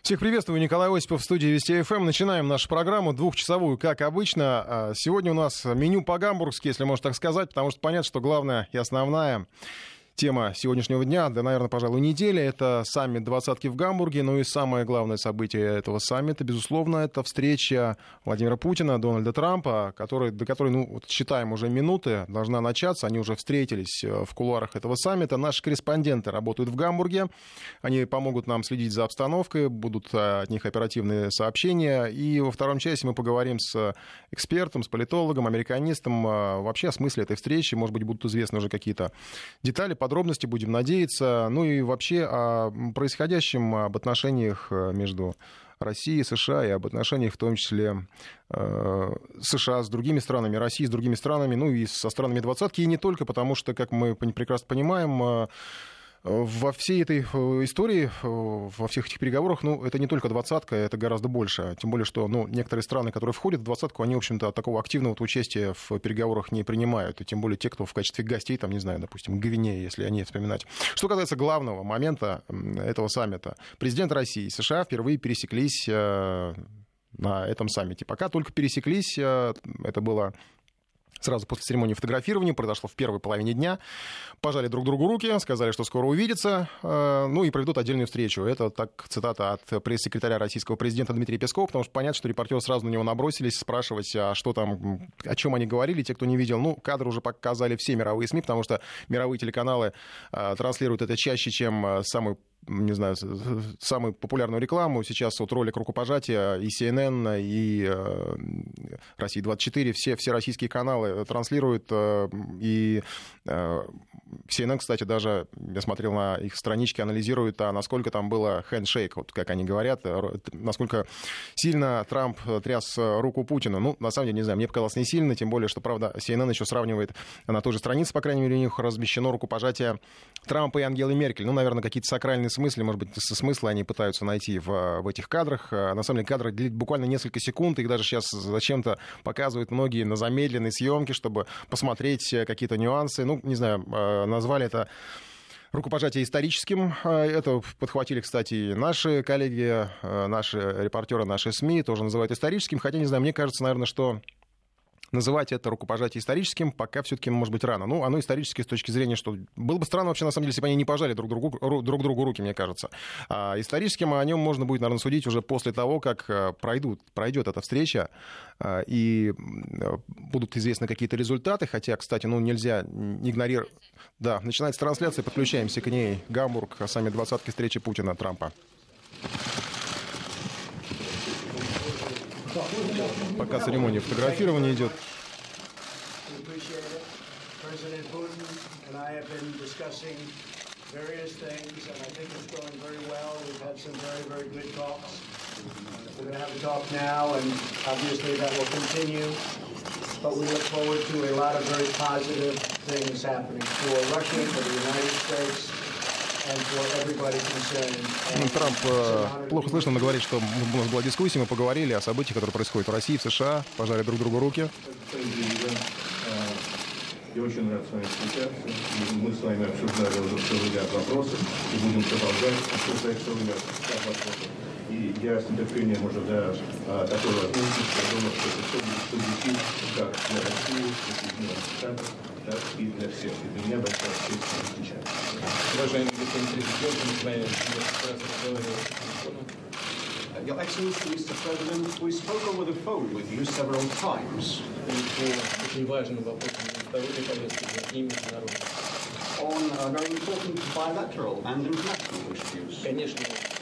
Всех приветствую, Николай Осипов в студии Вести ФМ. Начинаем нашу программу двухчасовую, как обычно. Сегодня у нас меню по-гамбургски, если можно так сказать, потому что понятно, что главная и основная тема сегодняшнего дня, да, наверное, пожалуй, недели, это саммит «Двадцатки» в Гамбурге. Ну и самое главное событие этого саммита, безусловно, это встреча Владимира Путина, Дональда Трампа, до которой, вот, считаем, уже минуты должна начаться. Они уже встретились в кулуарах этого саммита. Наши корреспонденты работают в Гамбурге. Они помогут нам следить за обстановкой, будут от них оперативные сообщения. И во втором часе мы поговорим с экспертом, с политологом, американистом вообще о смысле этой встречи. Может быть, будут известны уже какие-то детали, подробности, будем надеяться. Ну и вообще о происходящем, об отношениях между Россией и США, и об отношениях в том числе США с другими странами, России с другими странами, ну и со странами «Двадцатки». И не только, потому что, как мы прекрасно понимаем, во всей этой истории, во всех этих переговорах, это не только «Двадцатка», это гораздо больше. Тем более, что некоторые страны, которые входят в «Двадцатку», они, в общем-то, такого активного участия в переговорах не принимают. И тем более те, кто в качестве гостей, там, не знаю, допустим, Гвинея, если о ней вспоминать. Что касается главного момента этого саммита. Президент России и США впервые пересеклись на этом саммите. Пока только пересеклись, это было сразу после церемонии фотографирования, произошло в первой половине дня. Пожали друг другу руки, сказали, что скоро увидятся, и проведут отдельную встречу. Это так цитата от пресс-секретаря российского президента Дмитрия Пескова, потому что понятно, что репортеры сразу на него набросились спрашивать, что там, о чем они говорили, те, кто не видел. Кадры уже показали все мировые СМИ, потому что мировые телеканалы транслируют это чаще, чем самую популярную рекламу. Сейчас вот ролик рукопожатия и CNN, и Россия-24, все российские каналы транслируют. И CNN, кстати, даже, я смотрел на их страничке, анализирует, насколько там было хендшейк, вот как они говорят, насколько сильно Трамп тряс руку Путину. На самом деле, не знаю, мне показалось не сильно, тем более, что, правда, CNN еще сравнивает, на той же странице, по крайней мере, у них размещено рукопожатие Трампа и Ангелы Меркель. Наверное, какие-то сакральные смыслы, может быть, смыслы они пытаются найти в этих кадрах. На самом деле, кадры длят буквально несколько секунд, их даже сейчас зачем-то показывают многие на замедленной съемке, чтобы посмотреть какие-то нюансы. Не знаю, назвали это рукопожатие историческим. Это подхватили, кстати, наши коллеги, наши репортеры, наши СМИ тоже называют историческим. Хотя, не знаю, мне кажется, наверное, что называть это рукопожатие историческим пока все-таки, может быть, рано. Оно исторически с точки зрения, что было бы странно вообще, на самом деле, если бы они не пожали друг другу руки, мне кажется. А историческим о нем можно будет, наверное, судить уже после того, как пройдет эта встреча, и будут известны какие-то результаты. Хотя, кстати, нельзя игнорировать. Да, начинается трансляция, подключаемся к ней. Гамбург, саммит «Двадцатки», встреча Путина-Трампа. Пока церемония фотографирования идет. Трамп плохо слышно, но говорит, что у нас была дискуссия, мы поговорили о событиях, которые происходят в России, в США, пожали друг другу руки. Я очень рад с вами встречаться. Мы с вами обсуждали уже целый ряд вопросов и будем продолжать обсуждать целый ряд вопросов. И я с нетерпением ожидаю такой возможности. Я думаю, что это все будет позитив как для России, для Соединенных Штатов, так и для всех. И для меня большая честь встречать. Уважаемый господин президент, мы с вами несколько раз разговаривали по телефону. Your Excellency, Mr. President, we spoke over the phone with you several times. По очень важным вопросам международной повестки и международной. On very important bilateral and international issues. Конечно,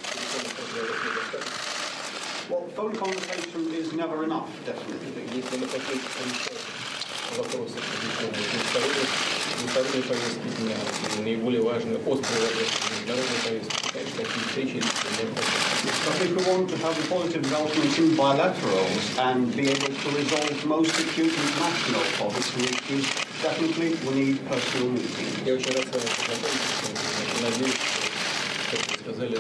well, phone conversation is never enough, definitely. Если мы хотим решать вопросы международной повестки дня, наиболее важные, острые вопросы международной повестки, конечно, такие встречи необходимы. But if we want to have a positive development in bilaterals and be able to resolve most acute international policy issues, definitely we need personal meetings. Я очень рад с вами познакомиться, надеюсь, что, как вы сказали,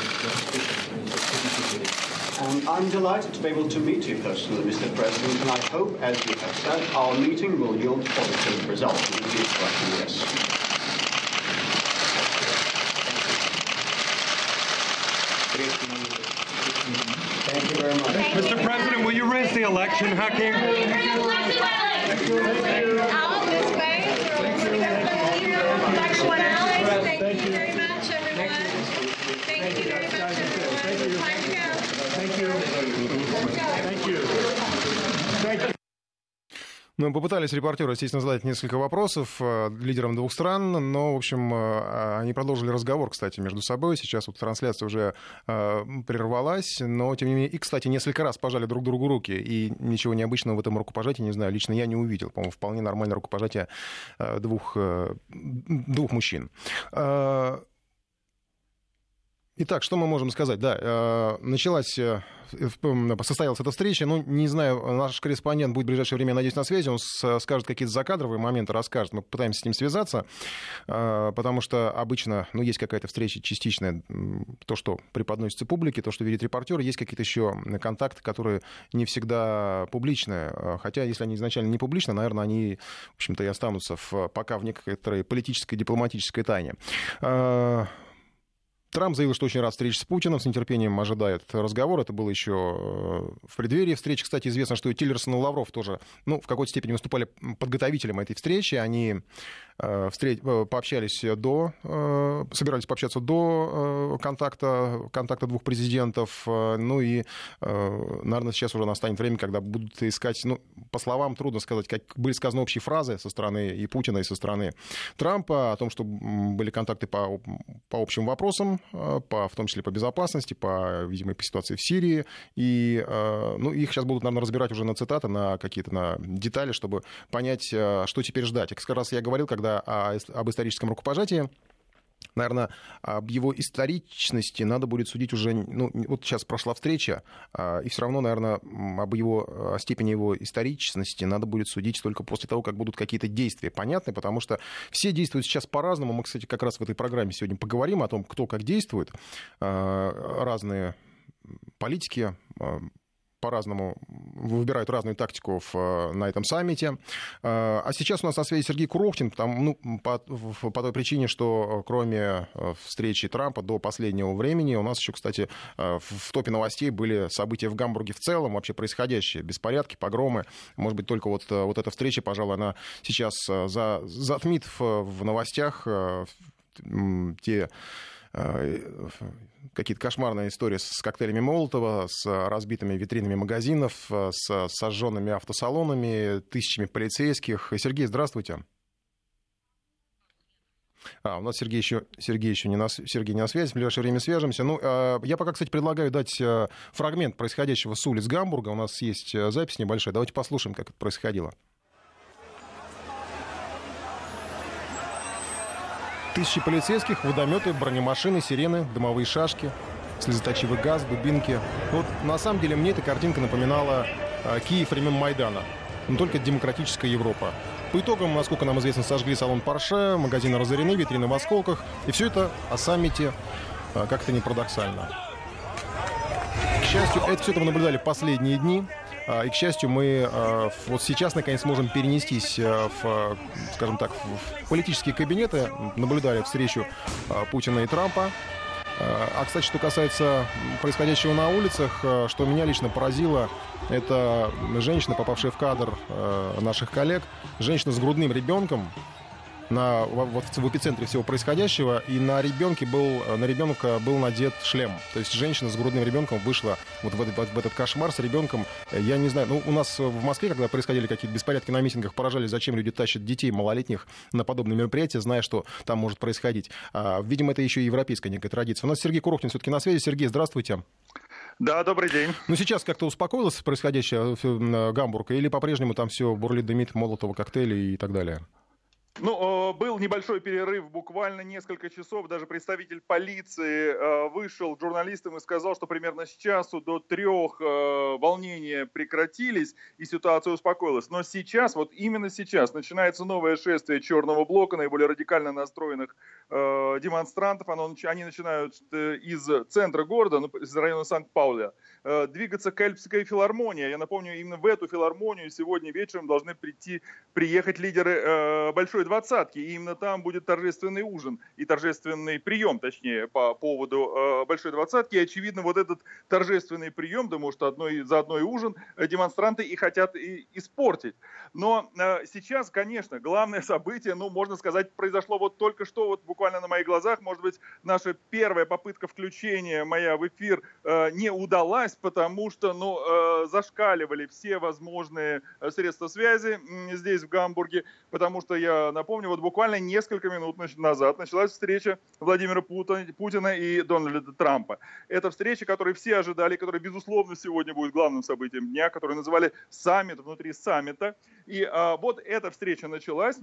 And I'm delighted to be able to meet you personally, Mr. President, and I hope, as you have said, our meeting will yield positive results in the future. Yes. election hacking. Thank you very much, everyone. Thank you very much, everyone. Thank you. Thank you. Thank you. Ну, попытались репортеры, естественно, задать несколько вопросов лидерам двух стран, но, в общем, они продолжили разговор, кстати, между собой. Сейчас вот трансляция уже прервалась, но, тем не менее, и, кстати, несколько раз пожали друг другу руки, и ничего необычного в этом рукопожатии, не знаю, лично я не увидел. По-моему, вполне нормальное рукопожатие двух мужчин. Итак, что мы можем сказать? Да, состоялась эта встреча. Ну, не знаю, наш корреспондент будет в ближайшее время, надеюсь, на связи. Он скажет какие-то закадровые моменты, расскажет. Мы попытаемся с ним связаться, потому что обычно, есть какая-то встреча частичная, то, что преподносится публике, то, что видит репортер. Есть какие-то еще контакты, которые не всегда публичные. Хотя, если они изначально не публичны, наверное, они, в общем-то, и останутся пока в некоторой политической, дипломатической тайне. Трамп заявил, что очень рад встрече с Путиным, с нетерпением ожидает разговор. Это было еще в преддверии встречи. Кстати, известно, что и Тиллерсон и Лавров тоже, в какой-то степени выступали подготовителем этой встречи. Они собирались пообщаться до контакта двух президентов. И, наверное, сейчас уже настанет время, когда будут искать, по словам трудно сказать, как были сказаны общие фразы со стороны и Путина, и со стороны Трампа о том, что были контакты по общим вопросам, в том числе по безопасности, видимо, по ситуации в Сирии. И их сейчас будут, наверное, разбирать уже на цитаты, на какие-то детали, чтобы понять, что теперь ждать. И как раз я говорил, когда об историческом рукопожатии, наверное, об его историчности надо будет судить уже... вот сейчас прошла встреча, и все равно, наверное, о степени его историчности надо будет судить только после того, как будут какие-то действия понятны, потому что все действуют сейчас по-разному. Мы, кстати, как раз в этой программе сегодня поговорим о том, кто как действует. Разные политики по-разному выбирают разную тактику на этом саммите. А сейчас у нас на связи Сергей Курохтин, по той причине, что кроме встречи Трампа до последнего времени у нас еще, кстати, в топе новостей были события в Гамбурге в целом, вообще происходящие, беспорядки, погромы. Может быть, только вот эта встреча, пожалуй, она сейчас затмит в новостях те какие-то кошмарные истории с коктейлями Молотова, с разбитыми витринами магазинов, с сожженными автосалонами, тысячами полицейских. Сергей, здравствуйте. У нас Сергей не на связи, в ближайшее время свяжемся. Я пока, кстати, предлагаю дать фрагмент происходящего с улиц Гамбурга. У нас есть запись небольшая. Давайте послушаем, как это происходило. Тысячи полицейских, водометы, бронемашины, сирены, дымовые шашки, слезоточивый газ, дубинки. На самом деле мне эта картинка напоминала Киев времен Майдана, но только демократическая Европа. По итогам, насколько нам известно, сожгли салон Порше, магазины разорены, витрины в осколках. И все это о саммите как-то не парадоксально. К счастью, все это мы наблюдали последние дни. И, к счастью, мы вот сейчас, наконец, можем перенестись в политические кабинеты. Наблюдали встречу Путина и Трампа. Кстати, что касается происходящего на улицах, что меня лично поразило, это женщина, попавшая в кадр наших коллег, женщина с грудным ребенком, в эпицентре всего происходящего, и на ребенка был надет шлем. То есть женщина с грудным ребенком вышла в этот кошмар с ребенком. Я не знаю, у нас в Москве, когда происходили какие-то беспорядки на митингах, поражались, зачем люди тащат детей малолетних на подобные мероприятия, зная, что там может происходить. Видимо, это еще и европейская некая традиция. У нас Сергей Курохтин все-таки на связи. Сергей, здравствуйте. Да, добрый день. Сейчас как-то успокоилось происходящее в Гамбурге, или по-прежнему там все бурлит, дымит, молотово, коктейли и так далее? Был небольшой перерыв, буквально несколько часов. Даже представитель полиции вышел к журналистам и сказал, что примерно с часу до 3 волнения прекратились и ситуация успокоилась. Но сейчас, именно сейчас, начинается новое шествие Черного блока, наиболее радикально настроенных демонстрантов. Они начинают из центра города, из района Санкт-Пауля, двигаться к Эльбской филармонии. Я напомню, именно в эту филармонию сегодня вечером должны приехать лидеры большой Большой Двадцатки, и именно там будет торжественный ужин и торжественный прием, точнее, по поводу Большой Двадцатки. И, очевидно, вот этот торжественный прием, да, может, заодно и ужин, демонстранты и хотят испортить. Но сейчас, конечно, главное событие, ну, можно сказать, произошло вот только что, вот буквально на моих глазах. Может быть, наша первая попытка включения моя в эфир не удалась, потому что, ну, зашкаливали все возможные средства связи здесь, в Гамбурге, потому что, я напомню, вот буквально несколько минут назад началась встреча Владимира Путина и Дональда Трампа. Это встреча, которую все ожидали, которая, безусловно, сегодня будет главным событием дня, которую называли саммит внутри саммита. И вот эта встреча началась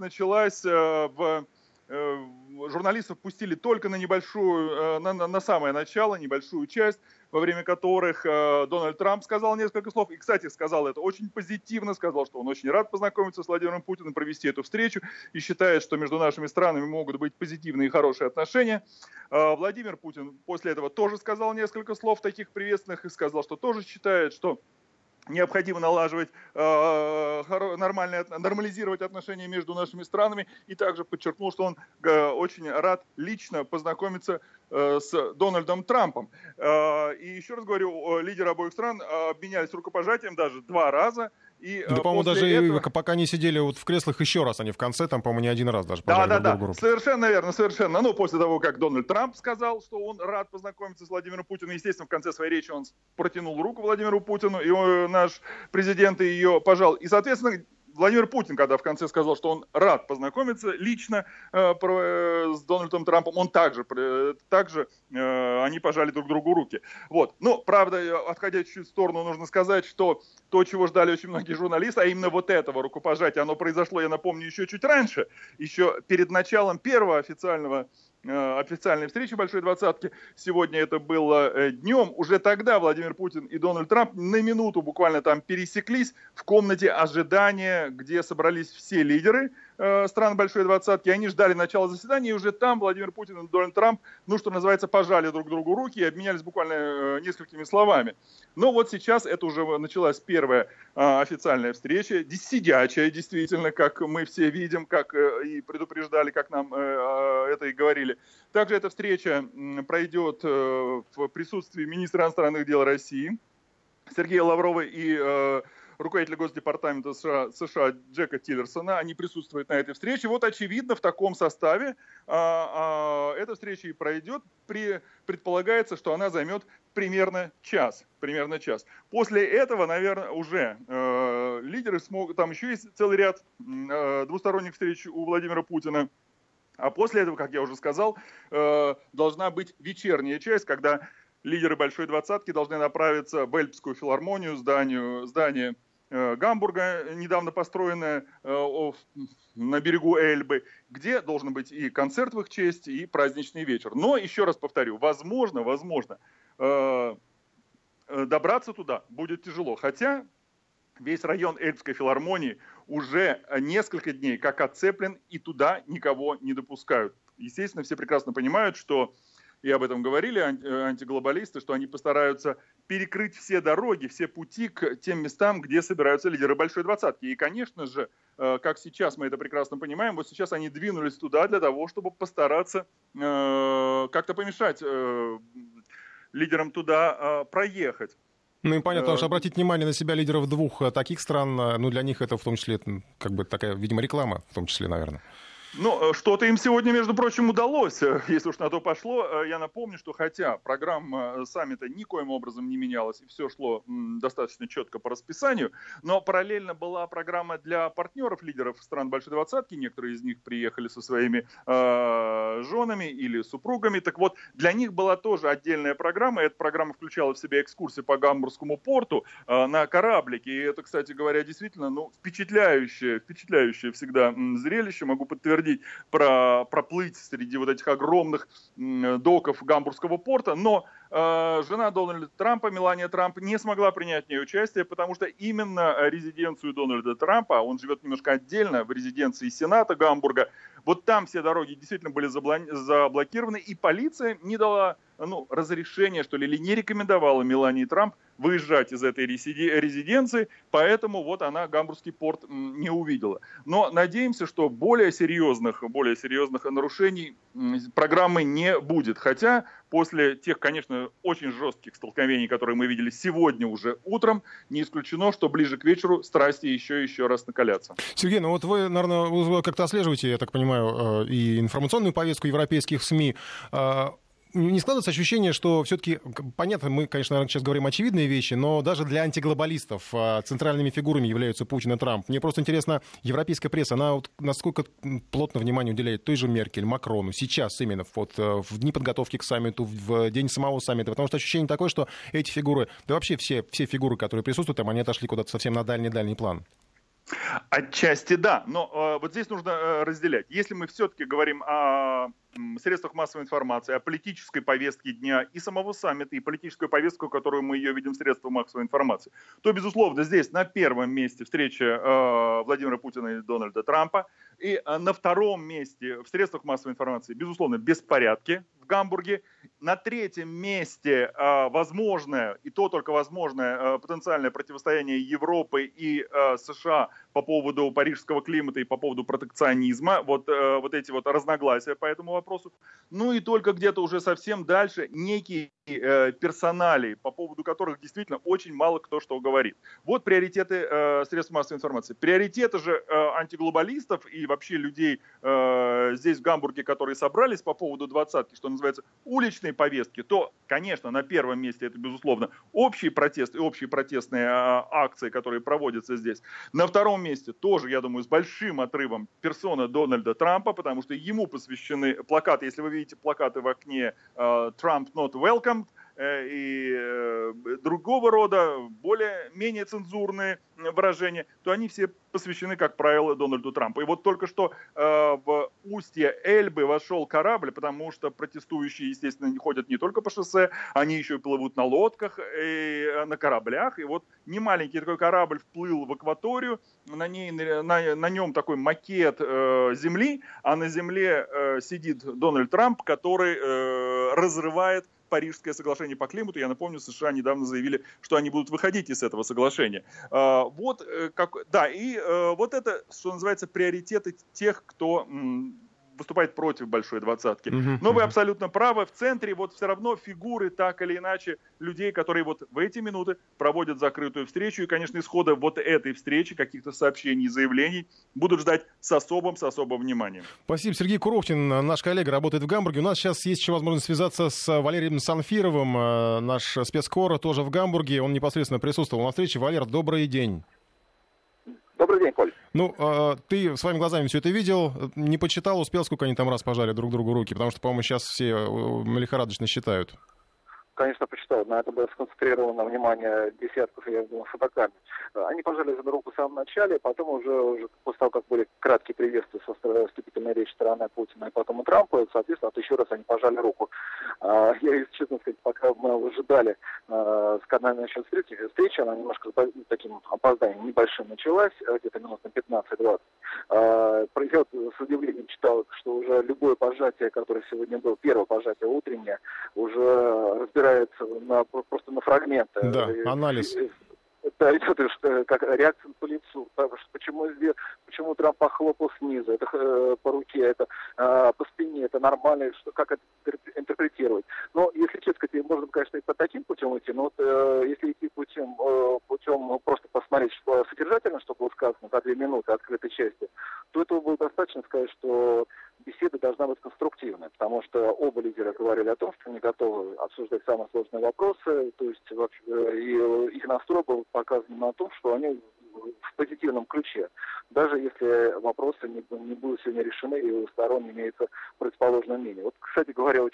журналистов пустили только на небольшую, на самое начало, небольшую часть, во время которых Дональд Трамп сказал несколько слов. И, кстати, сказал это очень позитивно, сказал, что он очень рад познакомиться с Владимиром Путиным, провести эту встречу и считает, что между нашими странами могут быть позитивные и хорошие отношения. Владимир Путин после этого тоже сказал несколько слов таких приветственных и сказал, что тоже считает, что необходимо налаживать, нормализировать отношения между нашими странами, и также подчеркнул, что он очень рад лично познакомиться с Дональдом Трампом. И еще раз говорю, лидеры обоих стран обменялись рукопожатием даже 2 раза. И, да, по-моему, даже этого... пока они сидели вот в креслах еще раз, они в конце, там, по-моему, не один раз даже пожали друг другу руку. Совершенно верно, совершенно. Ну, после того, как Дональд Трамп сказал, что он рад познакомиться с Владимиром Путиным, естественно, в конце своей речи он протянул руку Владимиру Путину, и наш президент ее пожал. И, соответственно, Владимир Путин, когда в конце сказал, что он рад познакомиться лично с Дональдом Трампом, он также они пожали друг другу руки. Вот. Но, правда, отходя чуть-чуть в сторону, нужно сказать, что то, чего ждали очень многие журналисты, а именно вот этого рукопожатия, оно произошло, я напомню, еще чуть раньше, еще перед началом первого официальной встречи Большой Двадцатки. Сегодня это было днем. Уже тогда Владимир Путин и Дональд Трамп на минуту буквально там пересеклись в комнате ожидания, где собрались все лидеры стран Большой Двадцатки. Они ждали начала заседания, и уже там Владимир Путин и Дональд Трамп, ну, что называется, пожали друг другу руки и обменялись буквально несколькими словами. Но вот сейчас это уже началась первая официальная встреча, сидячая, действительно, как мы все видим, как и предупреждали, как нам это и говорили. Также эта встреча пройдет в присутствии министра иностранных дел России Сергея Лаврова и руководителя Госдепартамента США Джека Тиллерсона. Они присутствуют на этой встрече. Вот, очевидно, в таком составе эта встреча и пройдет. Предполагается, что она займет примерно час. После этого, наверное, уже лидеры смогут... Там еще есть целый ряд двусторонних встреч у Владимира Путина. А после этого, как я уже сказал, должна быть вечерняя часть, когда лидеры Большой Двадцатки должны направиться в Эльбскую филармонию, здание Гамбурга, недавно построенное на берегу Эльбы, где должен быть и концерт в их честь, и праздничный вечер. Но, еще раз повторю, возможно, добраться туда будет тяжело. Хотя весь район Эльбской филармонии уже несколько дней как отцеплен, и туда никого не допускают. Естественно, все прекрасно понимают, что, и об этом говорили антиглобалисты, что они постараются перекрыть все дороги, все пути к тем местам, где собираются лидеры Большой Двадцатки. И, конечно же, как сейчас мы это прекрасно понимаем, вот сейчас они двинулись туда для того, чтобы постараться как-то помешать лидерам туда проехать. Ну и понятно, потому что обратить внимание на себя лидеров 2 таких стран, ну для них это в том числе как бы такая, видимо, реклама, в том числе, наверное. Ну, что-то им сегодня, между прочим, удалось, если уж на то пошло. Я напомню, что хотя программа саммита никоим образом не менялась, и все шло достаточно четко по расписанию, но параллельно была программа для партнеров лидеров стран Большой Двадцатки. Некоторые из них приехали со своими женами или супругами. Так вот, для них была тоже отдельная программа. Эта программа включала в себя экскурсии по Гамбургскому порту на кораблике. И это, кстати говоря, действительно впечатляющее всегда зрелище. Могу подтвердить, проплыть среди вот этих огромных доков Гамбургского порта, но жена Дональда Трампа, Мелания Трамп, не смогла принять в ней участие, потому что именно резиденцию Дональда Трампа, он живет немножко отдельно, в резиденции Сената Гамбурга, вот там все дороги действительно были заблокированы, и полиция не дала разрешения, что ли, или не рекомендовала Мелании Трамп выезжать из этой резиденции, поэтому вот она Гамбургский порт не увидела. Но надеемся, что более серьезных нарушений программы не будет. Хотя после тех, конечно, очень жестких столкновений, которые мы видели сегодня уже утром, не исключено, что ближе к вечеру страсти еще раз накалятся. Сергей, ну вот вы, наверное, вы как-то отслеживаете, я так понимаю, и информационную повестку европейских СМИ. Не складывается ощущение, что все-таки, понятно, мы, конечно, наверное, сейчас говорим очевидные вещи, но даже для антиглобалистов центральными фигурами являются Путин и Трамп. Мне просто интересно, европейская пресса, она вот насколько плотно внимание уделяет той же Меркель, Макрону, сейчас именно вот, в дни подготовки к саммиту, в день самого саммита, потому что ощущение такое, что эти фигуры, да вообще все фигуры, которые присутствуют там, они отошли куда-то совсем на дальний план. Отчасти да, но вот здесь нужно разделять. Если мы все-таки говорим о средствах массовой информации, о политической повестке дня и самого саммита, и политическую повестку, которую мы ее видим в средствах массовой информации, то, безусловно, здесь на первом месте встреча Владимира Путина и Дональда Трампа, и на втором месте в средствах массовой информации, безусловно, беспорядки в Гамбурге. На третьем месте возможное, и то только возможное, потенциальное противостояние Европы и США по поводу парижского климата и по поводу протекционизма. Вот эти вот разногласия по этому вопросу. Ну и только где-то уже совсем дальше некие персоналии, по поводу которых действительно очень мало кто что говорит. Вот приоритеты средств массовой информации. Приоритеты же антиглобалистов и вообще людей здесь в Гамбурге, которые собрались по поводу двадцатки, что называется, уличной повестки, то, конечно, на первом месте это, безусловно, общий протест и общие протестные акции, которые проводятся здесь. На втором месте тоже, я думаю, с большим отрывом персона Дональда Трампа, потому что ему посвящены плакаты. Если вы видите плакаты в окне «Trump not welcome», и другого рода, более-менее цензурные выражения, то они все посвящены, как правило, Дональду Трампу. И вот только что в устье Эльбы вошел корабль, потому что протестующие, естественно, ходят не только по шоссе, они еще и плывут на лодках и на кораблях. И вот немаленький такой корабль вплыл в акваторию, на нем такой макет земли, а на земле сидит Дональд Трамп, который разрывает Парижское соглашение по климату. Я напомню, США недавно заявили, что они будут выходить из этого соглашения. Вот это, что называется, приоритеты тех, кто выступает против большой двадцатки. Но вы абсолютно правы. В центре вот все равно фигуры, так или иначе, людей, которые вот в эти минуты проводят закрытую встречу. И, конечно, исхода вот этой встречи, каких-то сообщений, заявлений будут ждать с особым вниманием. Спасибо. Сергей Куровкин, наш коллега, работает в Гамбурге. У нас сейчас есть еще возможность связаться с Валерием Санфировым, наш спецкор, тоже в Гамбурге. Он непосредственно присутствовал на встрече. Валер, добрый день. Добрый день, Коль. Ну, ты своими глазами все это видел, не почитал, успел, сколько они там раз пожали друг другу руки, потому что, по-моему, сейчас все лихорадочно считают. Конечно, почитал. На это было сконцентрировано внимание десятков, я думаю, фотокамер. Они пожали за руку в самом начале, потом уже после того, как были краткие приветствия со стороны вступительной речи стороны Путина и потом и Трампа, соответственно, еще раз они пожали руку. Я, если честно сказать, пока мы ожидали, когда началась встреча, она немножко с таким опозданием небольшим началась, где-то минут на 15-20. Я с удивлением читал, что уже любое пожатие, которое сегодня было, первое пожатие утреннее, уже разбирается просто на фрагменты. Да, анализ. Да, это как реакция по лицу. Почему Трамп похлопал снизу, это по руке, это по спине, это нормально, как это интерпретировать. Но, если честно сказать, можно, конечно, и по таким путем идти, но вот если идти путем просто посмотреть содержательно, что было сказано за 2 минуты открытой части, то этого было достаточно сказать, что беседа должна быть конструктивной, потому что оба лидера говорили о том, что они готовы обсуждать самые сложные вопросы, то есть и их настрой был показан на том, что они в позитивном ключе, даже если вопросы не будут сегодня решены и у сторон имеется противоположное мнение. Вот, кстати говоря,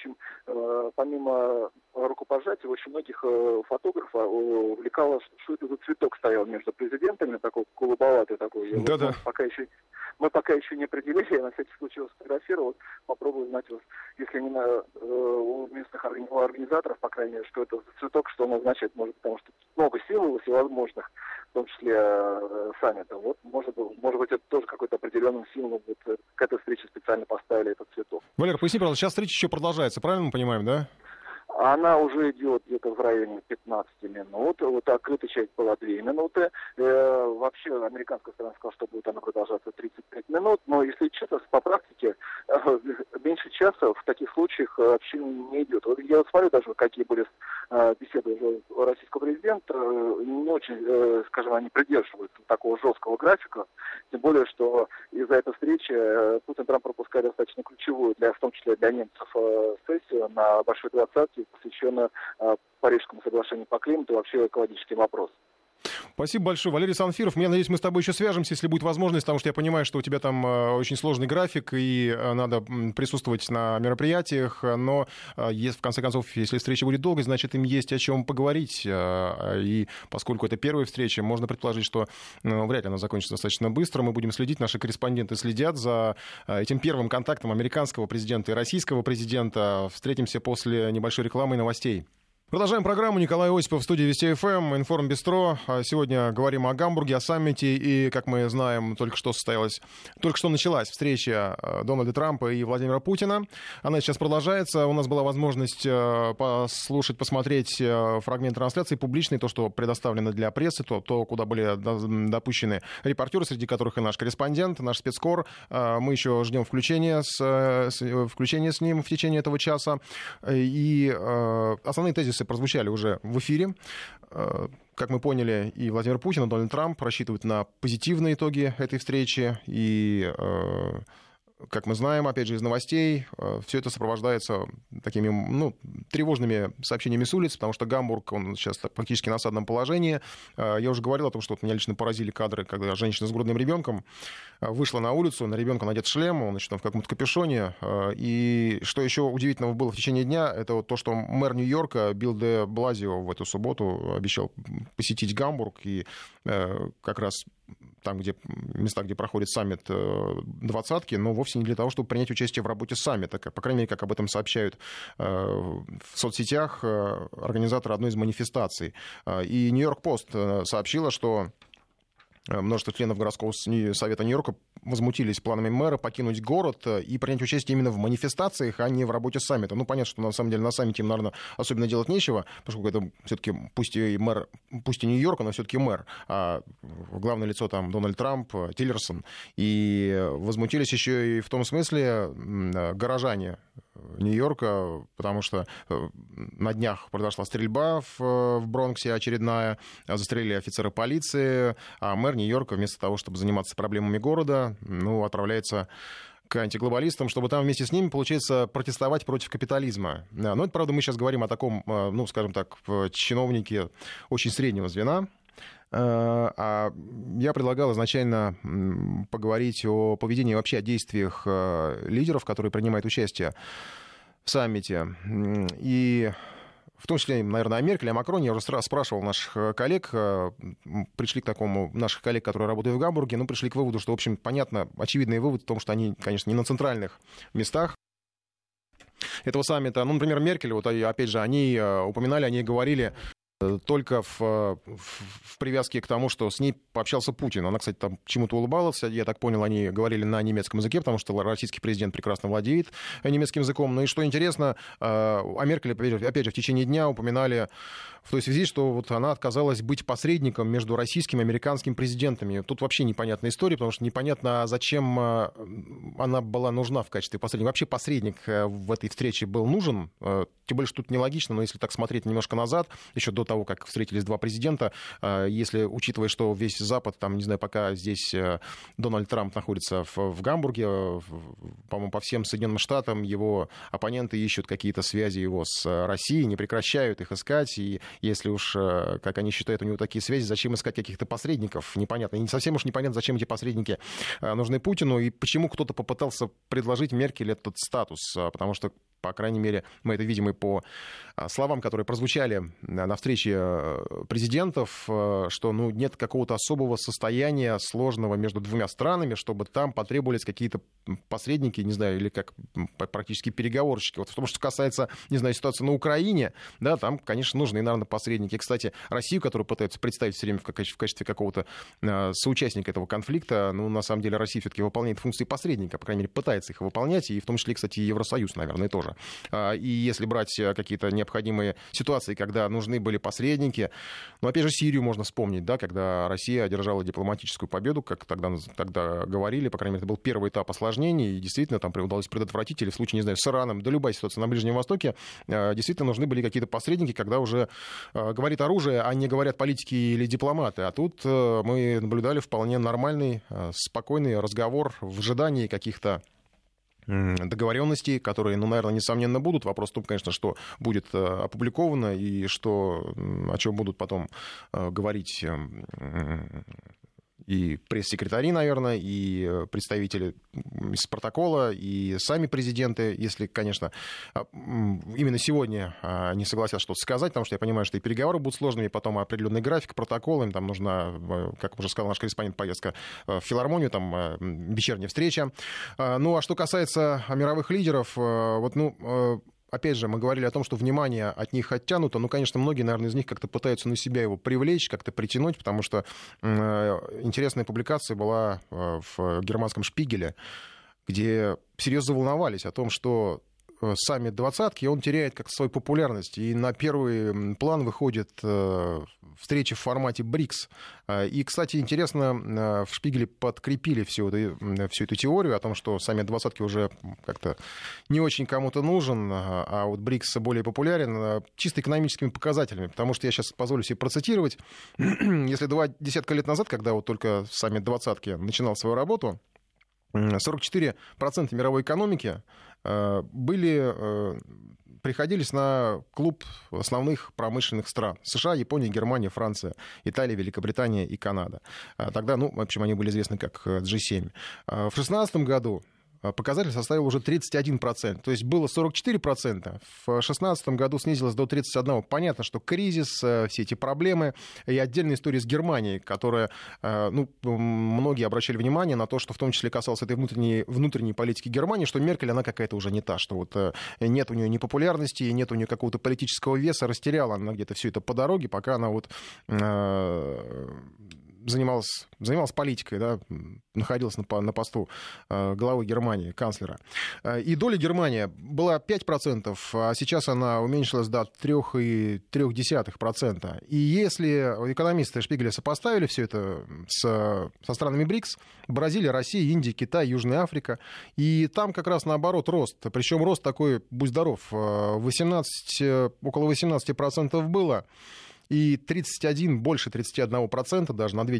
помимо рукопожатия, очень многих фотографов увлекало, что это за цветок стоял между президентами, такой голубоватый такой. Да-да. Мы пока еще не определили, я на всякий случай его сфотографировал, попробую узнать, если не у местных организаторов, по крайней мере, что это за цветок, что он означает, может, потому что много сил всевозможных, в том числе саммита. Вот, может быть, это тоже какой-то определенный символ. Вот, к этой встрече специально поставили этот цветок. Валер, поясни, пожалуйста, сейчас встреча еще продолжается, правильно мы понимаем, да? Она уже идет где-то в районе 15 минут. Вот открытая часть была 2 минуты. Вообще американская сторона сказала, что будет она продолжаться 35 минут. Но, если честно, по практике меньше часа в таких случаях общение не идет. Вот я смотрю даже, какие были беседы уже российского президента. Не очень, скажем, они придерживаются такого жесткого графика. Тем более, что из-за этой встречи Путин и Трамп пропускали достаточно ключевую, в том числе для немцев, сессию на Большой двадцатке, посвященную Парижскому соглашению по климату и вообще экологическим вопросам. Спасибо большое. Валерий Санфиров. Я надеюсь, мы с тобой еще свяжемся, если будет возможность, потому что я понимаю, что у тебя там очень сложный график, и надо присутствовать на мероприятиях, но в конце концов, если встреча будет долгой, значит, им есть о чем поговорить. И поскольку это первая встреча, можно предположить, что вряд ли она закончится достаточно быстро. Мы будем следить, наши корреспонденты следят за этим первым контактом американского президента и российского президента. Встретимся после небольшой рекламы и новостей. Продолжаем программу. Николай Осипов в студии Вести ФМ, Информбистро. Сегодня говорим о Гамбурге, о саммите. И, как мы знаем, только что началась встреча Дональда Трампа и Владимира Путина. Она сейчас продолжается. У нас была возможность посмотреть фрагмент трансляции публичный, то, что предоставлено для прессы, то куда были допущены репортеры, среди которых и наш корреспондент, наш спецкор. Мы еще ждем включения с ним в течение этого часа. И основные тезисы прозвучали уже в эфире. Как мы поняли, и Владимир Путин, и Дональд Трамп рассчитывают на позитивные итоги этой встречи. И, как мы знаем, опять же, из новостей, все это сопровождается такими тревожными сообщениями с улиц, потому что Гамбург, он сейчас практически на осадном положении. Я уже говорил о том, что меня лично поразили кадры, когда женщина с грудным ребенком вышла на улицу, на ребенка надет шлем, он в каком-то капюшоне. И что еще удивительного было в течение дня, это вот то, что мэр Нью-Йорка Билл де Блазио в эту субботу обещал посетить Гамбург, и как раз там, места, где проходит саммит двадцатки, но вовсе не для того, чтобы принять участие в работе саммита. По крайней мере, как об этом сообщают в соцсетях организаторы одной из манифестаций. И Нью-Йорк Пост сообщила, что множество членов городского совета Нью-Йорка возмутились планами мэра покинуть город и принять участие именно в манифестациях, а не в работе саммита. Понятно, что на самом деле на саммите им, наверное, особенно делать нечего, поскольку это все-таки пусть и Нью-Йорк, но все-таки мэр, а главное лицо там Дональд Трамп, Тиллерсон. И возмутились еще и в том смысле горожане Нью-Йорка, потому что на днях произошла стрельба в Бронксе очередная, застрелили офицеры полиции, а мэр Нью-Йорка вместо того, чтобы заниматься проблемами города, отправляется к антиглобалистам, чтобы там вместе с ними, получается, протестовать против капитализма. Но это, правда, мы сейчас говорим о таком, скажем так, чиновнике очень среднего звена. А я предлагал изначально поговорить о поведении, вообще о действиях лидеров, которые принимают участие в саммите. И в том числе, наверное, о Меркель, о Макроне. Я уже спрашивал наших коллег, наших коллег, которые работают в Гамбурге, пришли к выводу, что, в общем, понятно, очевидный вывод в том, что они, конечно, не на центральных местах этого саммита. Например, Меркель, опять же, они упоминали, они говорили только в привязке к тому, что с ней пообщался Путин. Она, кстати, там чему-то улыбалась. Я так понял, они говорили на немецком языке, потому что российский президент прекрасно владеет немецким языком. Ну и что интересно, о Меркель, опять же, в течение дня упоминали в той связи, что она отказалась быть посредником между российским и американским президентами. Тут вообще непонятная история, потому что непонятно, зачем она была нужна в качестве посредника. Вообще посредник в этой встрече был нужен, тем более, что тут нелогично, но если так смотреть немножко назад, еще до того, как встретились два президента, если учитывая, что весь Запад, пока здесь Дональд Трамп находится в Гамбурге, по-моему, по всем Соединенным Штатам его оппоненты ищут какие-то связи его с Россией, не прекращают их искать, и если уж, как они считают, у него такие связи, зачем искать каких-то посредников, непонятно. И не совсем уж непонятно, зачем эти посредники нужны Путину, и почему кто-то попытался предложить Меркель этот статус, потому что, по крайней мере, мы это видим и по словам, которые прозвучали на встрече президентов, что нет какого-то особого состояния сложного между двумя странами, чтобы там потребовались какие-то посредники, не знаю, или как практически переговорщики. В том, что касается, ситуации на Украине, да, там, конечно, нужны, наверное, посредники. Кстати, Россию, которую пытаются представить все время в качестве какого-то соучастника этого конфликта, на самом деле Россия все-таки выполняет функции посредника, по крайней мере, пытается их выполнять, и в том числе, кстати, и Евросоюз, наверное, тоже. тоже. И если брать какие-то необходимые ситуации, когда нужны были посредники, ну, опять же, Сирию можно вспомнить, да, когда Россия одержала дипломатическую победу, как тогда говорили, по крайней мере, это был первый этап осложнений, и действительно там удалось предотвратить, или в случае, не знаю, с Ираном, да любая ситуация на Ближнем Востоке, действительно нужны были какие-то посредники, когда уже говорит оружие, а не говорят политики или дипломаты. А тут мы наблюдали вполне нормальный, спокойный разговор в ожидании каких-то договоренностей, которые, ну, наверное, несомненно будут. Вопрос в том, конечно, что будет опубликовано и что, о чем будут потом говорить и пресс-секретари, наверное, и представители из протокола, и сами президенты, если, конечно, именно сегодня не согласятся что-то сказать, потому что я понимаю, что и переговоры будут сложными, и потом определенный график, протокол, им там нужна, как уже сказал наш корреспондент, поездка в филармонию, там вечерняя встреча. Ну, а что касается мировых лидеров, вот, ну... Опять же, мы говорили о том, что внимание от них оттянуто. Ну, конечно, многие, наверное, из них как-то пытаются на себя его привлечь, как-то притянуть, потому что интересная публикация была в германском «Шпигеле», где серьезно волновались о том, что саммит двадцатки, он теряет как свою популярность. И на первый план выходит встреча в формате БРИКС. И, кстати, интересно, в «Шпигеле» подкрепили всю эту теорию о том, что саммит двадцатки уже как-то не очень кому-то нужен, а вот БРИКС более популярен чисто экономическими показателями. Потому что я сейчас позволю себе процитировать. Если 2 десятка лет назад, когда вот только саммит двадцатки начинал свою работу, 44% мировой экономики приходились на клуб основных промышленных стран. США, Япония, Германия, Франция, Италия, Великобритания и Канада. Тогда, ну, в общем, они были известны как G7. В 2016 году показатель составил уже 31%. То есть было 44%. В 2016 году снизилось до 31%. Понятно, что кризис, все эти проблемы. И отдельная история с Германией, которая, ну, многие обращали внимание на то, что в том числе касалось этой внутренней политики Германии, что Меркель, она какая-то уже не та, что вот нет у нее ни популярности, нет у нее какого-то политического веса, растеряла она где-то все это по дороге, пока она вот занималась политикой, да, находилась на посту главы Германии, канцлера. И доля Германии была 5%, а сейчас она уменьшилась до 3,3%. И если экономисты Шпигеля сопоставили все это со странами БРИКС, Бразилия, Россия, Индия, Китай, Южная Африка, и там как раз наоборот рост. Причем рост такой, будь здоров, около 18% было. И больше 31%, даже на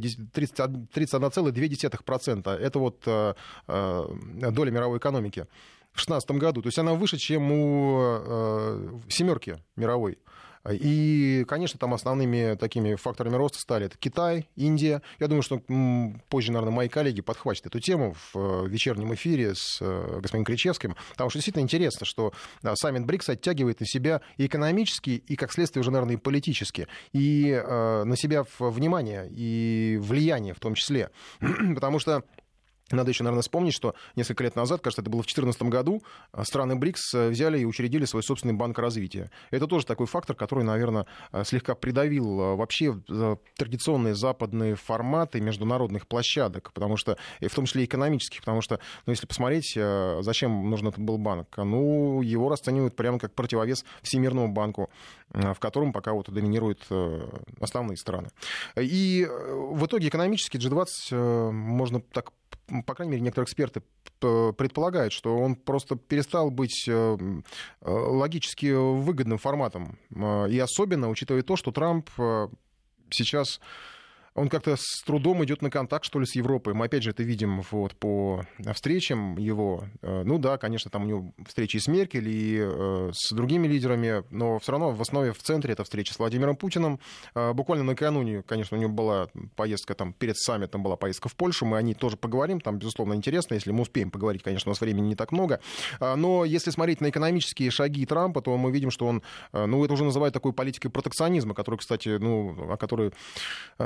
31,2%. Это вот доля мировой экономики в 2016 году. То есть она выше, чем у семерки мировой. И, конечно, там основными такими факторами роста стали это Китай, Индия. Я думаю, что позже, наверное, мои коллеги подхватят эту тему в вечернем эфире с господином Кричевским, потому что действительно интересно, что саммит БРИКС оттягивает на себя и экономически, и, как следствие, уже, наверное, и политически, и на себя внимание и влияние в том числе. Потому что надо еще, наверное, вспомнить, что несколько лет назад, кажется, это было в 2014 году, страны БРИКС взяли и учредили свой собственный банк развития. Это тоже такой фактор, который, наверное, слегка придавил вообще традиционные западные форматы международных площадок, потому что, в том числе и экономических, потому что, ну, если посмотреть, зачем нужен этот был банк, ну, его расценивают прямо как противовес Всемирному банку, в котором пока вот доминируют основные страны. И в итоге экономически G20 можно так, по крайней мере, некоторые эксперты предполагают, что он просто перестал быть логически выгодным форматом. И особенно, учитывая то, что Трамп сейчас... Он как-то с трудом идет на контакт, что ли, с Европой. Мы, опять же, это видим вот по встречам его. Ну да, конечно, там у него встречи и с Меркель, и с другими лидерами, но все равно в основе, в центре это встреча с Владимиром Путиным. Буквально накануне, конечно, у него была поездка, там, перед саммитом была поездка в Польшу, мы о ней тоже поговорим, там, безусловно, интересно, если мы успеем поговорить, конечно, у нас времени не так много. Но если смотреть на экономические шаги Трампа, то мы видим, что он, ну, это уже называют такой политикой протекционизма, которую, кстати, ну, о которой...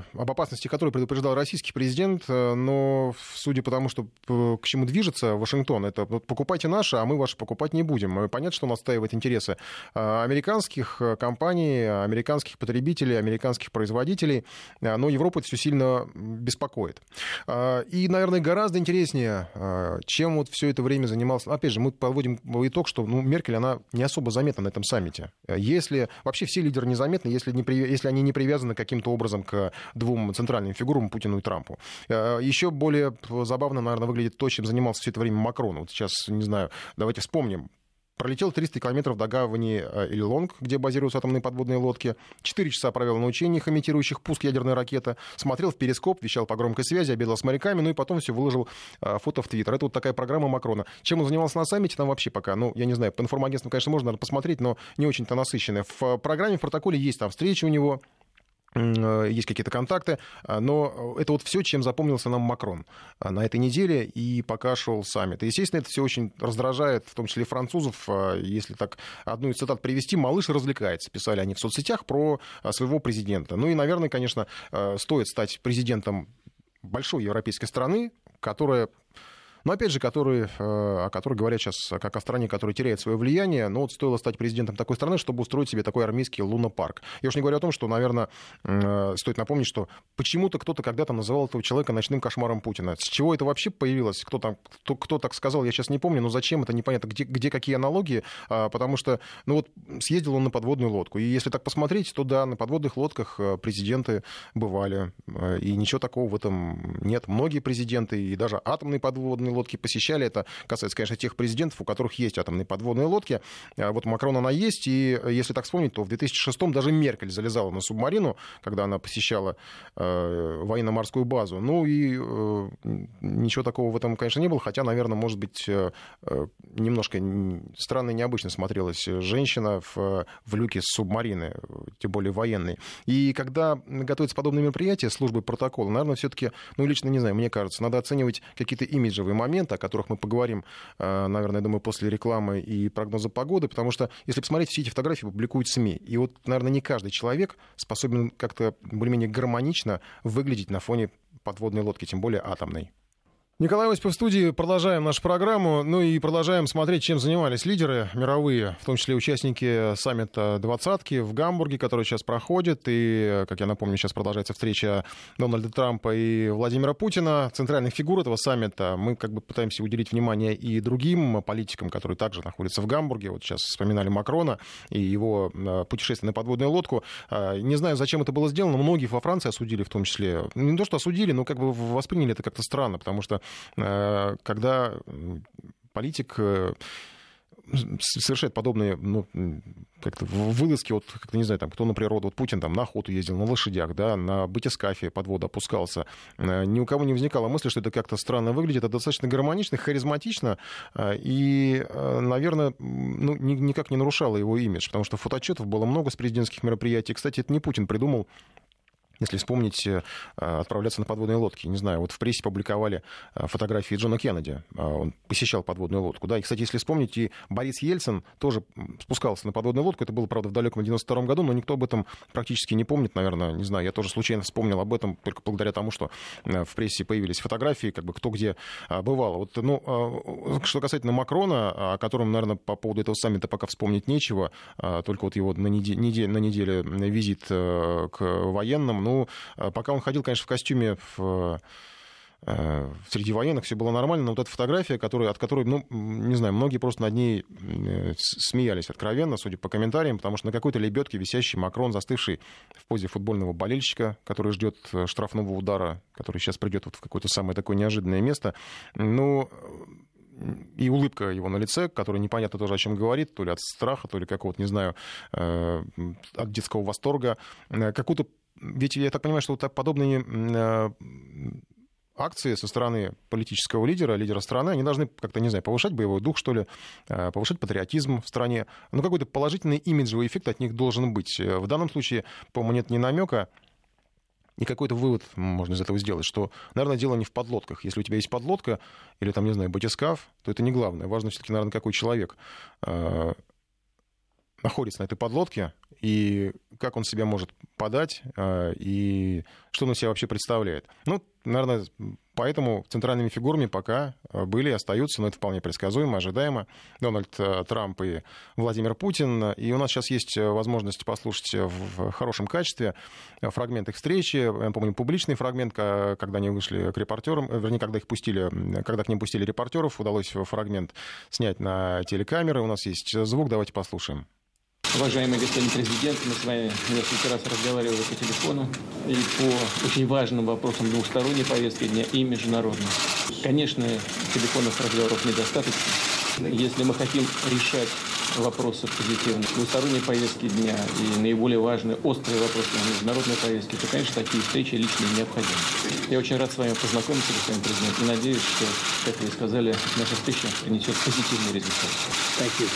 об опасности которой предупреждал российский президент, но судя по тому, что к чему движется Вашингтон, это покупайте наше, а мы ваши покупать не будем. Понятно, что он отстаивает интересы американских компаний, американских потребителей, американских производителей, но Европу это все сильно беспокоит. И, наверное, гораздо интереснее, чем вот все это время занимался... Опять же, мы подводим итог, что Меркель, она не особо заметна на этом саммите. Если вообще все лидеры незаметны, если они не привязаны каким-то образом к двум центральным фигурам, Путину и Трампу. Еще более забавно, наверное, выглядит то, чем занимался все это время Макрон. Вот сейчас, не знаю, давайте вспомним. Пролетел 300 километров до гавани Эль-Лонг, где базируются атомные подводные лодки. 4 часа провел на учениях, имитирующих пуск ядерной ракеты. Смотрел в перископ, вещал по громкой связи, обедал с моряками, ну и потом все выложил фото в Твиттер. Это вот такая программа Макрона. Чем он занимался на саммите, там вообще пока, я не знаю, по информагентству, конечно, можно, наверное, посмотреть, но не очень-то насыщенная. В программе, в протоколе есть там встречи у него, есть какие-то контакты, но это вот все, чем запомнился нам Макрон на этой неделе, и пока шел саммит. И, естественно, это все очень раздражает, в том числе и французов. Если так одну из цитат привести, «Малыш развлекается», писали они в соцсетях про своего президента. Ну и, наверное, конечно, стоит стать президентом большой европейской страны, которая... Но, опять же, о которой говорят сейчас как о стране, которая теряет свое влияние, но вот стоило стать президентом такой страны, чтобы устроить себе такой армейский лунопарк. Я уж не говорю о том, что, наверное, стоит напомнить, что почему-то кто-то когда-то называл этого человека ночным кошмаром Путина. С чего это вообще появилось? Кто так сказал, я сейчас не помню, но зачем, это непонятно, где какие аналогии, потому что, съездил он на подводную лодку. И если так посмотреть, то да, на подводных лодках президенты бывали, и ничего такого в этом нет. Многие президенты, и даже атомные подводные лодки посещали. Это касается, конечно, тех президентов, у которых есть атомные подводные лодки. Вот у Макрона она есть, и если так вспомнить, то в 2006-м даже Меркель залезала на субмарину, когда она посещала военно-морскую базу. Ничего такого в этом, конечно, не было, хотя, наверное, может быть, немножко странно и необычно смотрелась женщина в люке субмарины, тем более военной. И когда готовятся подобные мероприятия, службы протокола, наверное, все-таки, лично не знаю, мне кажется, надо оценивать какие-то имиджевые моменты, о которых мы поговорим, наверное, я думаю, после рекламы и прогноза погоды, потому что, если посмотреть, все эти фотографии публикуют СМИ. И вот, наверное, не каждый человек способен как-то более-менее гармонично выглядеть на фоне подводной лодки, тем более атомной. Николай Осипов в студии. Продолжаем нашу программу. И продолжаем смотреть, чем занимались лидеры мировые, в том числе участники саммита «Двадцатки» в Гамбурге, который сейчас проходит. И, как я напомню, сейчас продолжается встреча Дональда Трампа и Владимира Путина. Центральных фигур этого саммита мы пытаемся уделить внимание и другим политикам, которые также находятся в Гамбурге. Вот сейчас вспоминали Макрона и его путешествие на подводную лодку. Не знаю, зачем это было сделано. Многие во Франции осудили в том числе. Не то, что осудили, но восприняли это как-то странно, потому что когда политик совершает подобные как-то вылазки, не знаю, кто на природу, Путин на охоту ездил, на лошадях, да, на батискафе под воду опускался, ни у кого не возникала мысли, что это как-то странно выглядит, это достаточно гармонично, харизматично, и, наверное, никак не нарушало его имидж, потому что фотоотчетов было много с президентских мероприятий. Кстати, это не Путин придумал. Если вспомнить, отправляться на подводные лодки. Не знаю, в прессе публиковали фотографии Джона Кеннеди. Он посещал подводную лодку. Да? И, кстати, если вспомнить, и Борис Ельцин тоже спускался на подводную лодку. Это было, правда, в далеком 92-м году, но никто об этом практически не помнит, наверное. Не знаю, я тоже случайно вспомнил об этом только благодаря тому, что в прессе появились фотографии, кто где бывал. Что касательно Макрона, о котором, наверное, по поводу этого саммита пока вспомнить нечего, только его на неделе визит к военным. Пока он ходил, конечно, в костюме среди военных, все было нормально, но эта фотография, от которой, не знаю, многие просто над ней смеялись откровенно, судя по комментариям, потому что на какой-то лебедке висящий Макрон, застывший в позе футбольного болельщика, который ждет штрафного удара, который сейчас придет в какое-то самое такое неожиданное место, и улыбка его на лице, которая непонятно тоже о чем говорит, то ли от страха, то ли какого-то, не знаю, от детского восторга, ведь я так понимаю, что подобные акции со стороны политического лидера страны, они должны как-то, не знаю, повышать боевой дух, что ли, повышать патриотизм в стране. Какой-то положительный имиджевый эффект от них должен быть. В данном случае, по-моему, нет ни намека, и какой-то вывод можно из этого сделать, что, наверное, дело не в подлодках. Если у тебя есть подлодка или, не знаю, батискаф, то это не главное. Важно все-таки, наверное, какой человек находится на этой подлодке и как он себя может подать и что он из себя вообще представляет. Ну, наверное, поэтому центральными фигурами пока были и остаются, но это вполне предсказуемо, ожидаемо, Дональд Трамп и Владимир Путин. И у нас сейчас есть возможность послушать в хорошем качестве фрагмент их встречи. Я помню, публичный фрагмент, когда они вышли к репортерам, вернее, когда к ним пустили репортеров, удалось фрагмент снять на телекамеры. У нас есть звук, давайте послушаем. Уважаемый господин президент, мы с вами несколько раз разговаривали по телефону и по очень важным вопросам двусторонней повестки дня и международной. Конечно, телефонных разговоров недостаточно. Если мы хотим решать вопросы позитивно, двусторонней повестки дня и наиболее важные, острые вопросы международной повестки, то, конечно, такие встречи личные необходимы. Я очень рад с вами познакомиться, господин президент, и надеюсь, что, как вы сказали, наша встреча принесет позитивный результат. Спасибо.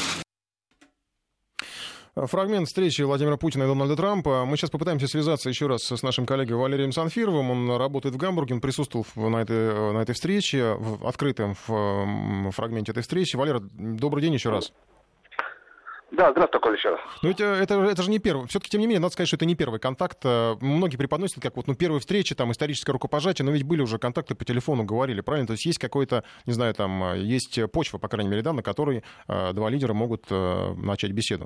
Фрагмент встречи Владимира Путина и Дональда Трампа. Мы сейчас попытаемся связаться еще раз с нашим коллегой Валерием Санфировым. Он работает в Гамбурге, он присутствовал на этой встрече, в открытом фрагменте этой встречи. Валера, добрый день еще раз. Да, здравствуйте, Коля, еще раз. Но это же не первый. Все-таки, тем не менее, надо сказать, что это не первый контакт. Многие преподносят как первая встреча, там, историческое рукопожатие, но ведь были уже контакты по телефону, говорили, правильно? То есть есть какой-то, не знаю, там, есть почва, по крайней мере, да, на которой два лидера могут начать беседу.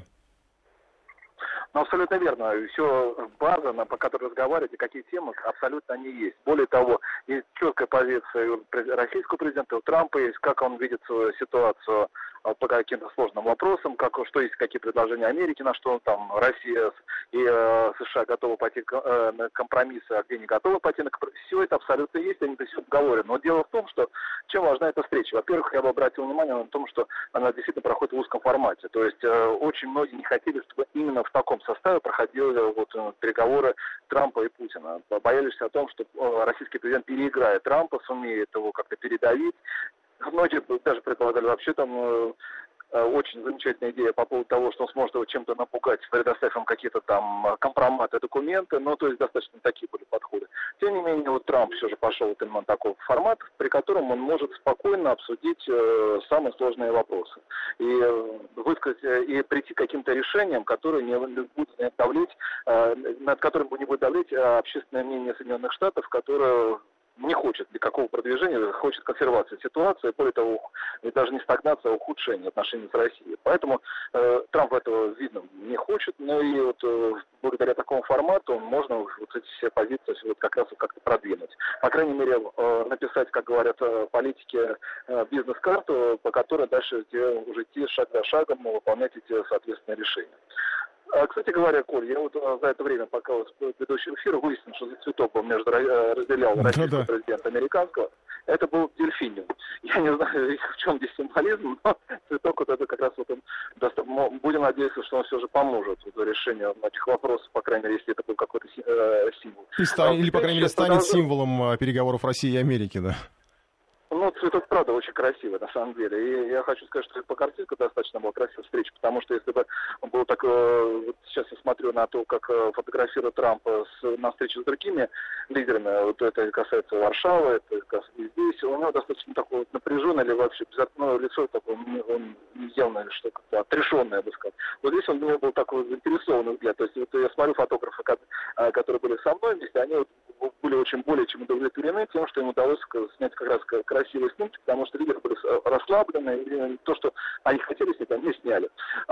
Ну, абсолютно верно. Все база, по которой разговариваете, какие темы, абсолютно они есть. Более того, есть четкая позиция российского президента, у Трампа есть, как он видит свою ситуацию по каким-то сложным вопросам, что есть какие предложения Америки, на что там Россия и США готовы пойти на компромиссы, а где не готовы пойти на компромиссы. Все это абсолютно есть, они все обговорены. Но дело в том, что чем важна эта встреча. Во-первых, я бы обратил внимание на том, что она действительно проходит в узком формате. То есть очень многие не хотели, чтобы именно в таком составе проходили переговоры Трампа и Путина. Боялись о том, что российский президент переиграет Трампа, сумеет его как-то передавить. Многие даже предполагали вообще там очень замечательная идея по поводу того, что он сможет его чем-то напугать, предоставив им какие-то там компроматы, документы, то есть достаточно такие были подходы. Тем не менее, Трамп все же пошел именно такой формат, при котором он может спокойно обсудить самые сложные вопросы и высказать и прийти к каким-то решениям, которые не будут давлеть, над которым не будет давлеть общественное мнение Соединенных Штатов, которое не хочет никакого продвижения, хочет консервации ситуации, более того, даже не стагнация, а ухудшение отношений с Россией. Поэтому Трамп этого, видно, не хочет, но и благодаря такому формату можно эти все позиции как раз как-то продвинуть. По крайней мере, написать, как говорят политики, бизнес-карту, по которой дальше уже идти шаг за шагом, выполнять эти соответственные решения. Кстати говоря, Коль, я за это время, пока ведущий эфир, выяснил, что за цветок он разделял российского президента американского. Это был дельфиниум. Я не знаю, в чем здесь символизм, но цветок это как раз он, будем надеяться, что он все же поможет решению многих вопросов, по крайней мере, если это был какой-то символ. Или, по крайней мере, станет символом переговоров России и Америки, да? Цветок, правда, очень красивый, на самом деле. И я хочу сказать, что по картинке достаточно была красивая встреча, потому что если бы было так... сейчас я смотрю на то, как фотографирует Трампа на встрече с другими лидерами, это касается Варшавы, это касается здесь, у него достаточно такое напряженное или вообще лицо такое, он явно что-то отрешенное, я бы сказал. Здесь у него был такой заинтересованный взгляд. То есть я смотрю фотографы, которые были со мной вместе, они были очень более чем удовлетворены тем, что им удалось снять как раз красивые снимки, потому что лидеры были расслаблены, и то, что они хотели снять, они сняли.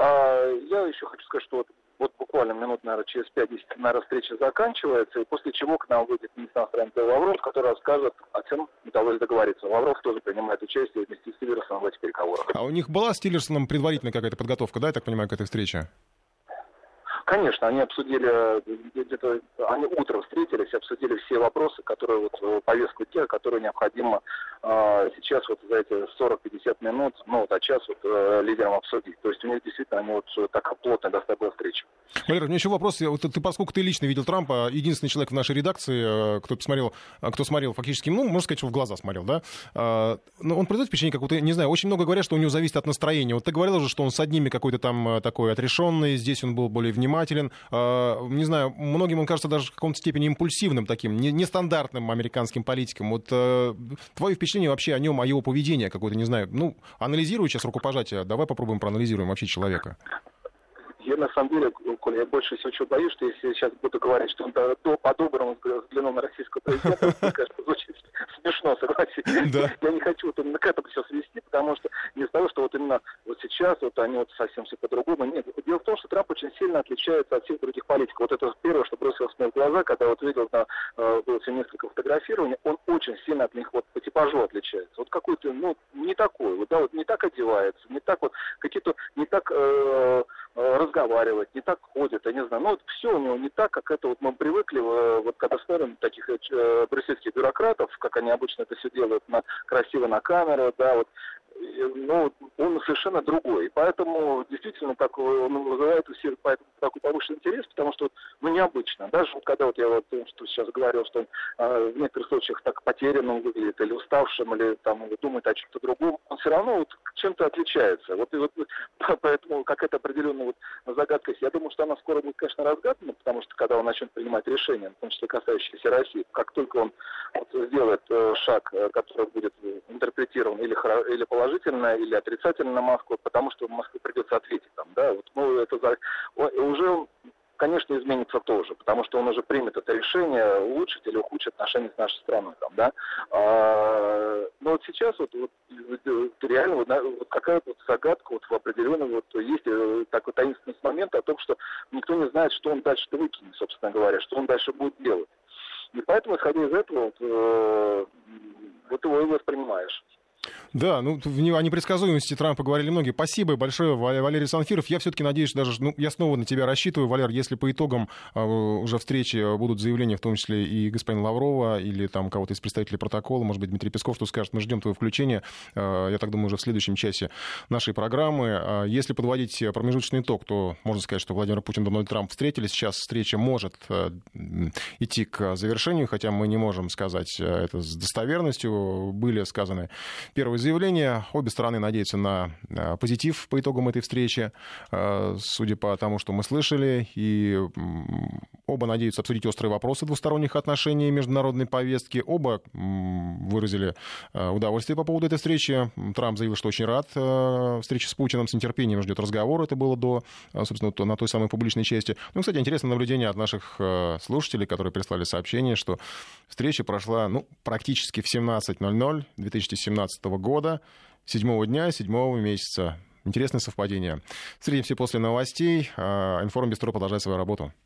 Я еще хочу сказать, что буквально минут, наверное, через 5-10, наверное, встреча заканчивается, и после чего к нам выйдет министр иностранных дел Лавров, который расскажет, о чем удалось договориться. Лавров тоже принимает участие вместе с Тиллерсоном в этих переговорах. А у них была с Тиллерсоном предварительная какая-то подготовка, да, я так понимаю, к этой встрече? Конечно, они обсудили, они утром встретились, обсудили все вопросы, которые повестку дня, которые необходимо сейчас за эти 40-50 минут, от часа лидерам обсудить. То есть у них действительно они так плотно достаточно встреча. Валерий, у меня еще вопрос. Поскольку ты лично видел Трампа, единственный человек в нашей редакции, кто смотрел фактически, можно сказать, что в глаза смотрел, да? Он производит впечатление какого-то, не знаю, очень много говорят, что у него зависит от настроения. Ты говорил уже, что он с одними какой-то там такой отрешенный, здесь он был более внимательный. Не знаю, многим он кажется даже в каком-то степени импульсивным таким, нестандартным американским политиком. Твое впечатление вообще о нем, о его поведении какое-то, не знаю, анализируя сейчас рукопожатие, давай попробуем проанализируем вообще человека. Я на самом деле, Коля, я больше всего чего боюсь, что если я сейчас буду говорить, что он по-доброму взглянул на российского президента, мне кажется, звучит смешно, согласитесь. Да. Я не хочу вот именно к этому все свести, потому что не из того, что вот именно вот сейчас вот они вот совсем все по-другому. Нет, дело в том, что Трамп очень сильно отличается от всех других политиков. Вот это первое, что бросилось мне в глаза, когда вот видел, было все несколько фотографирований, он очень сильно от них вот по типажу отличается. Вот какой-то, ну, не такой, вот, да, вот не так одевается, не так вот, какие-то, не так разговаривать, не так ходит, я не знаю. Ну, вот все у него не так, как это вот мы привыкли, вот когда смотрим таких брюссельских бюрократов, как они обычно это все делают красиво на камеру, да, вот, ну, он совершенно другой. И поэтому действительно так, он вызывает у всех такой повышенный интерес, потому что ну, необычно. Даже вот, когда вот я вот что сейчас говорил, что он в некоторых случаях так потерянным выглядит, или уставшим, или там думает о чем-то другом, он все равно вот чем-то отличается. Вот, и вот поэтому какая-то определенная вот загадка есть. Я думаю, что она скоро будет, конечно, разгадана, потому что когда он начнет принимать решения, в том числе касающиеся России, как только он вот сделает шаг, который будет интерпретирован или положительно, или отрицательно на Москву, потому что Москве придется ответить там, да, вот, ну, это уже, конечно, изменится тоже, потому что он уже примет это решение улучшить или ухудшить отношения с нашей страной, там, да. Но вот сейчас вот реально вот какая-то вот загадка вот в определенном вот есть такой таинственный момент о том, что никто не знает, что он дальше-то выкинет, собственно говоря, что он дальше будет делать. И поэтому, исходя из этого, вот его и воспринимаешь. Да, ну, о непредсказуемости Трампа говорили многие. Спасибо большое, Валерий Санфиров. Я все-таки надеюсь, даже, ну, я снова на тебя рассчитываю, Валер, если по итогам уже встречи будут заявления, в том числе и господина Лаврова, или там кого-то из представителей протокола, может быть, Дмитрий Песков, что скажет, мы ждем твоего включения, я так думаю, уже в следующем часе нашей программы. Если подводить промежуточный итог, то можно сказать, что Владимир Путин и Дональд Трамп встретились. Сейчас встреча может идти к завершению, хотя мы не можем сказать это с достоверностью. Были сказаны первые заявления. Обе стороны надеются на позитив по итогам этой встречи, судя по тому, что мы слышали. И оба надеются обсудить острые вопросы двусторонних отношений и международной повестки. Оба выразили удовольствие по поводу этой встречи. Трамп заявил, что очень рад встрече с Путиным, с нетерпением ждет разговор. Это было собственно, на той самой публичной части. Ну, кстати, интересное наблюдение от наших слушателей, которые прислали сообщение, что встреча прошла практически в 17:00 2017 года, 7-го дня, 7-го месяца. Интересное совпадение. Встретимся после новостей. Информбистро продолжает свою работу.